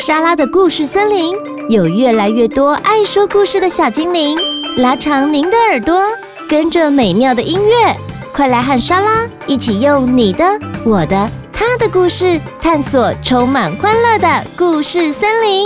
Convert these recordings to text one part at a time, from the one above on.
莎拉的故事森林有越来越多爱说故事的小精灵，拉长您的耳朵，跟着美妙的音乐，快来和莎拉一起用你的、我的、他的故事，探索充满欢乐的故事森林。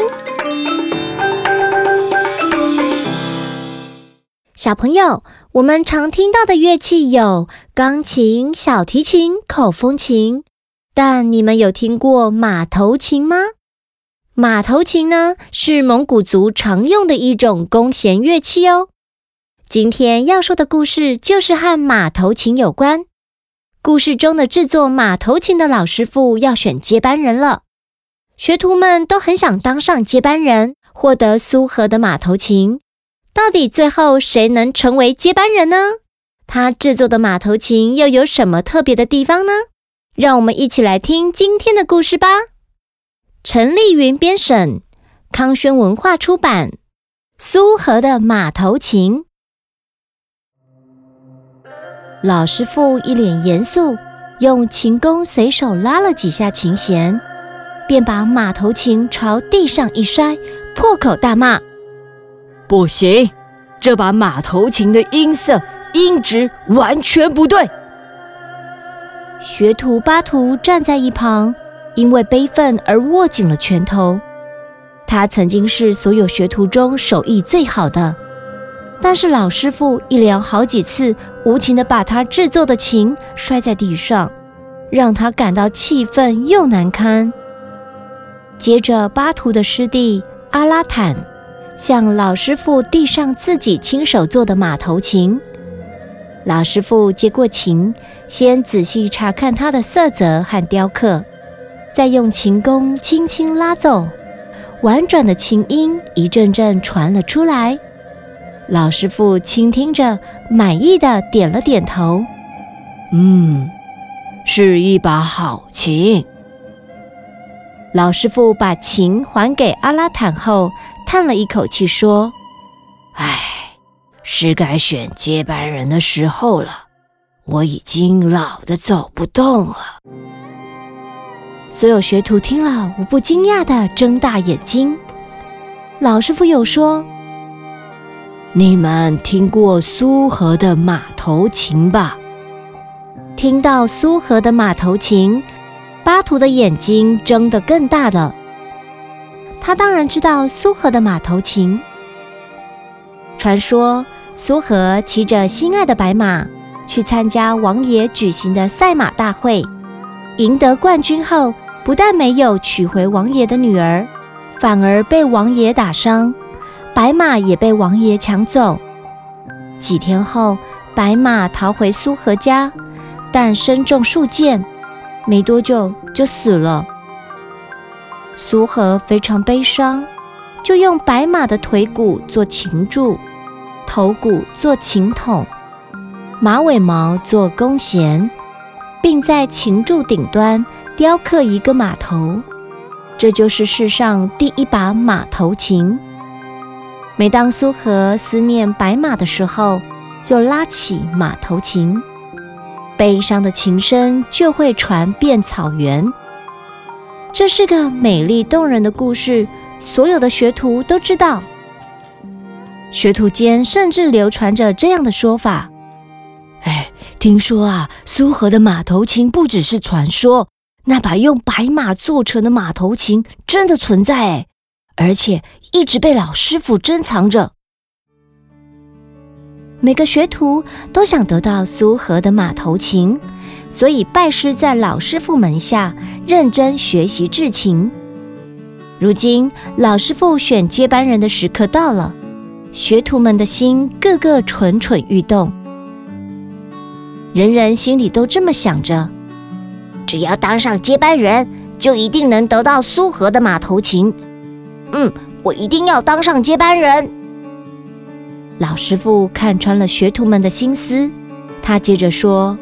小朋友，我们常听到的乐器有钢琴、小提琴、口风琴，但你们有听过马头琴吗？马头琴呢，是蒙古族常用的一种弓弦乐器哦。今天要说的故事就是和马头琴有关。故事中的制作马头琴的老师傅要选接班人了，学徒们都很想当上接班人，获得苏荷的马头琴。到底最后谁能成为接班人呢？他制作的马头琴又有什么特别的地方呢？让我们一起来听今天的故事吧。陈丽云编审，康轩文化出版。苏荷的马头琴。老师傅一脸严肃，用琴弓随手拉了几下琴弦，便把马头琴朝地上一摔，破口大骂： 不行，这把马头琴的音色、音质完全不对。 学徒巴图站在一旁，因为悲愤而握紧了拳头。他曾经是所有学徒中手艺最好的，但是老师傅一连好几次无情地把他制作的琴摔在地上，让他感到气愤又难堪。接着巴图的师弟阿拉坦向老师傅递上自己亲手做的马头琴。老师傅接过琴，先仔细查看它的色泽和雕刻，再用琴弓轻轻拉奏，婉转的琴音一阵阵传了出来。老师傅倾听着，满意的点了点头： 是一把好琴。 老师傅把琴还给阿拉坦后，叹了一口气说： 是该选接班人的时候了，我已经老得走不动了。 所有学徒听了，无不惊讶地睁大眼睛。老师傅又说： 你们听过苏荷的马头琴吧？ 听到苏荷的马头琴，巴图的眼睛睁得更大了。他当然知道苏荷的马头琴。传说苏荷骑着心爱的白马去参加王爷举行的赛马大会，赢得冠军后，不但没有娶回王爷的女儿，反而被王爷打伤，白马也被王爷抢走。几天后，白马逃回苏荷家，但身中数箭，没多久就死了。苏荷非常悲伤，就用白马的腿骨做琴柱，头骨做琴筒，马尾毛做弓弦，并在琴柱顶端雕刻一个马头。这就是世上第一把马头琴。每当苏荷思念白马的时候，就拉起马头琴，悲伤的琴声就会传遍草原。这是个美丽动人的故事，所有的学徒都知道。学徒间甚至流传着这样的说法： 听说啊，苏荷的马头琴不只是传说，那把用白马做成的马头琴真的存在，而且一直被老师傅珍藏着。 每个学徒都想得到苏荷的马头琴，所以拜师在老师傅门下，认真学习制琴。如今老师傅选接班人的时刻到了，学徒们的心个个蠢蠢欲动，人人心里都这么想着：只要当上接班人，就一定能得到苏荷的马头琴。我一定要当上接班人。老师傅看穿了学徒们的心思，他接着说：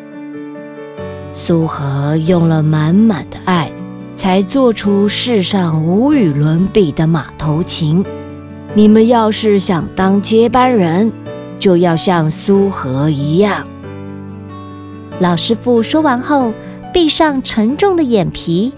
苏荷用了满满的爱，才做出世上无与伦比的马头琴。你们要是想当接班人，就要像苏荷一样。 老师傅说完后，闭上沉重的眼皮，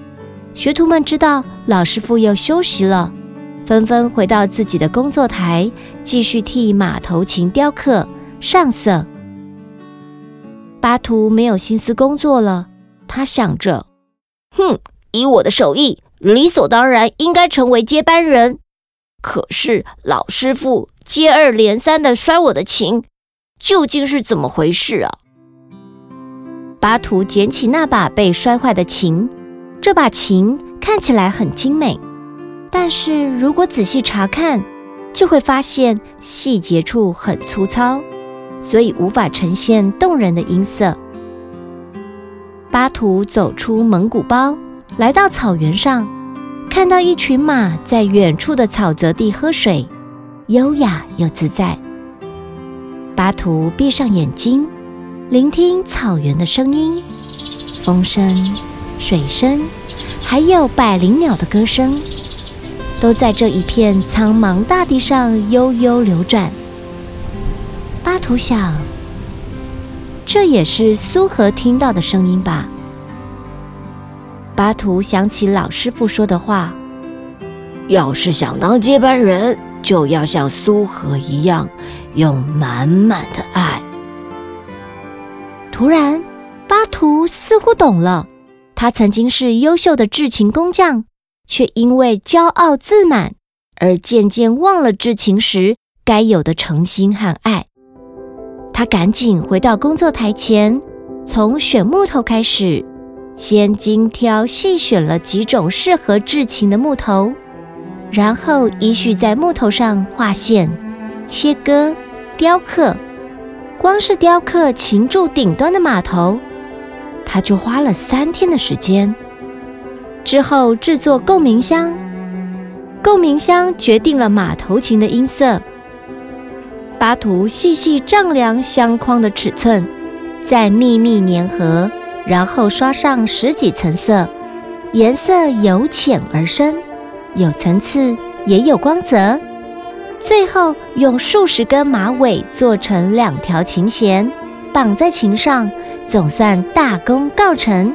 学徒们知道老师傅又休息了，纷纷回到自己的工作台，继续替马头琴雕刻上色。巴图没有心思工作了，他想着，以我的手艺，理所当然应该成为接班人。可是老师傅接二连三地摔我的琴，究竟是怎么回事啊？巴图捡起那把被摔坏的琴，这把琴看起来很精美，但是如果仔细查看，就会发现细节处很粗糙，所以无法呈现动人的音色。巴图走出蒙古包，来到草原上，看到一群马在远处的草泽地喝水，优雅又自在。巴图闭上眼睛，聆听草原的声音，风声、水声，还有百灵鸟的歌声，都在这一片苍茫大地上悠悠流转。巴图想，这也是苏荷听到的声音吧。巴图想起老师傅说的话， 要是想当接班人，就要像苏荷一样，用满满的爱。 突然，巴图似乎懂了，他曾经是优秀的制琴工匠，却因为骄傲自满，而渐渐忘了制琴时该有的诚心和爱。他赶紧回到工作台前，从选木头开始，先精挑细选了几种适合制琴的木头，然后依序在木头上画线、切割、雕刻。光是雕刻琴柱顶端的马头，他就花了3天的时间。之后制作共鸣箱，共鸣箱决定了马头琴的音色。巴图细细丈量箱框的尺寸，再密密粘合，然后刷上10几层色，颜色由浅而深，有层次也有光泽。最后用数十根马尾做成2条琴弦，绑在琴上，总算大功告成。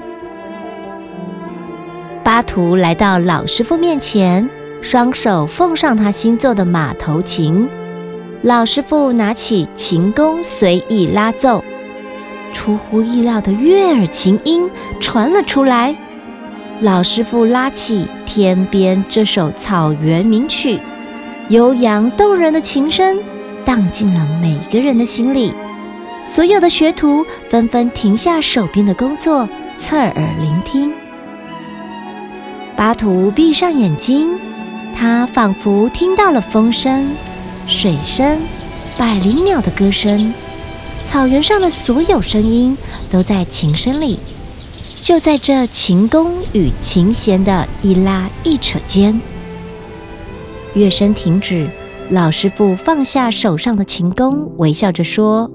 巴图来到老师傅面前，双手奉上他新做的马头琴。老师傅拿起琴弓随意拉奏，出乎意料的悦耳琴音传了出来。老师傅拉起《天边》这首草原名曲，悠扬动人的琴声荡进了每个人的心里。所有的学徒纷纷停下手边的工作，侧耳聆听。巴图闭上眼睛，他仿佛听到了风声、水声、百灵鸟的歌声，草原上的所有声音都在琴声里。就在这琴弓与琴弦的一拉一扯间，乐声停止，老师傅放下手上的琴弓，微笑着说：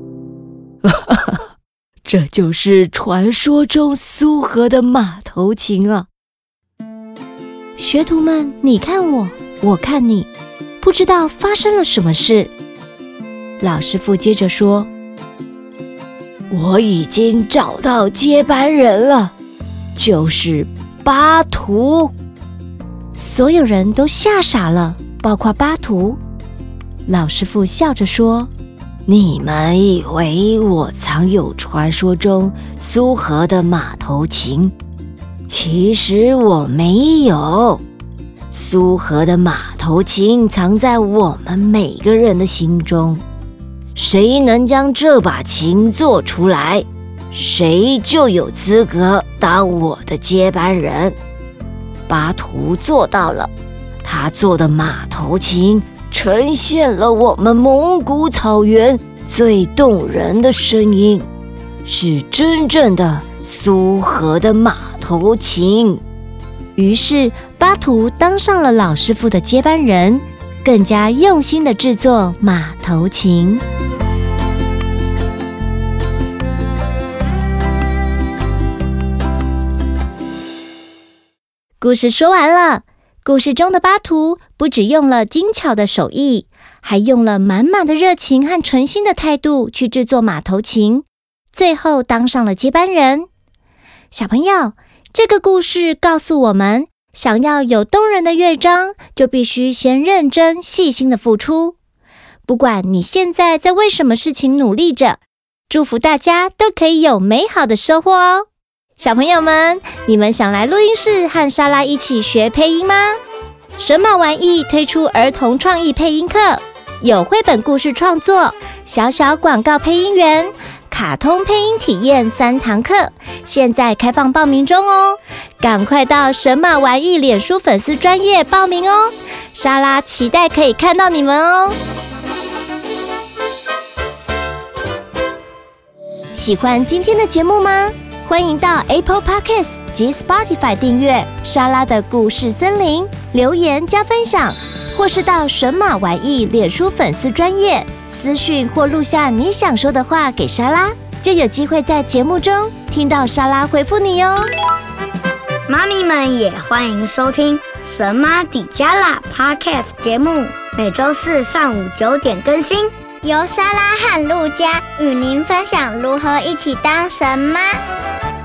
这就是传说中苏荷的马头琴啊！ 学徒们，你看我，我看你，不知道发生了什么事。老师傅接着说： 我已经找到接班人了，就是巴图。 所有人都吓傻了，包括巴图。老师傅笑着说： 你们以为我藏有传说中苏荷的马头琴，其实我没有。苏荷的马头琴藏在我们每个人的心中，谁能将这把琴做出来，谁就有资格当我的接班人。巴图做到了，他做的马头琴呈现了我们蒙古草原最动人的声音，是真正的苏荷的马头琴。 于是巴图当上了老师傅的接班人，更加用心地制作马头琴。故事说完了。故事中的巴图不只用了精巧的手艺，还用了满满的热情和诚心的态度去制作马头琴，最后当上了接班人。小朋友，这个故事告诉我们， 想要有动人的乐章，就必须先认真细心的付出。不管你现在在为什么事情努力着，祝福大家都可以有美好的收获哦。小朋友们，你们想来录音室和莎拉一起学配音吗？神马玩意推出儿童创意配音课，有绘本故事创作、小小广告配音员、卡通配音体验3堂课，现在开放报名中哦！赶快到神马玩意脸书粉丝专页报名哦！莎拉期待可以看到你们哦！喜欢今天的节目吗？欢迎到 Apple Podcast 及 Spotify 订阅莎拉的故事森林，留言加分享，或是到神马玩意脸书粉丝专页私讯或录下你想说的话给莎拉，就有机会在节目中听到莎拉回复你哦。 妈咪们也欢迎收听神马底加拉 Podcast 节目，每周四上午9点更新， 由莎拉和陆佳与您分享如何一起当神妈。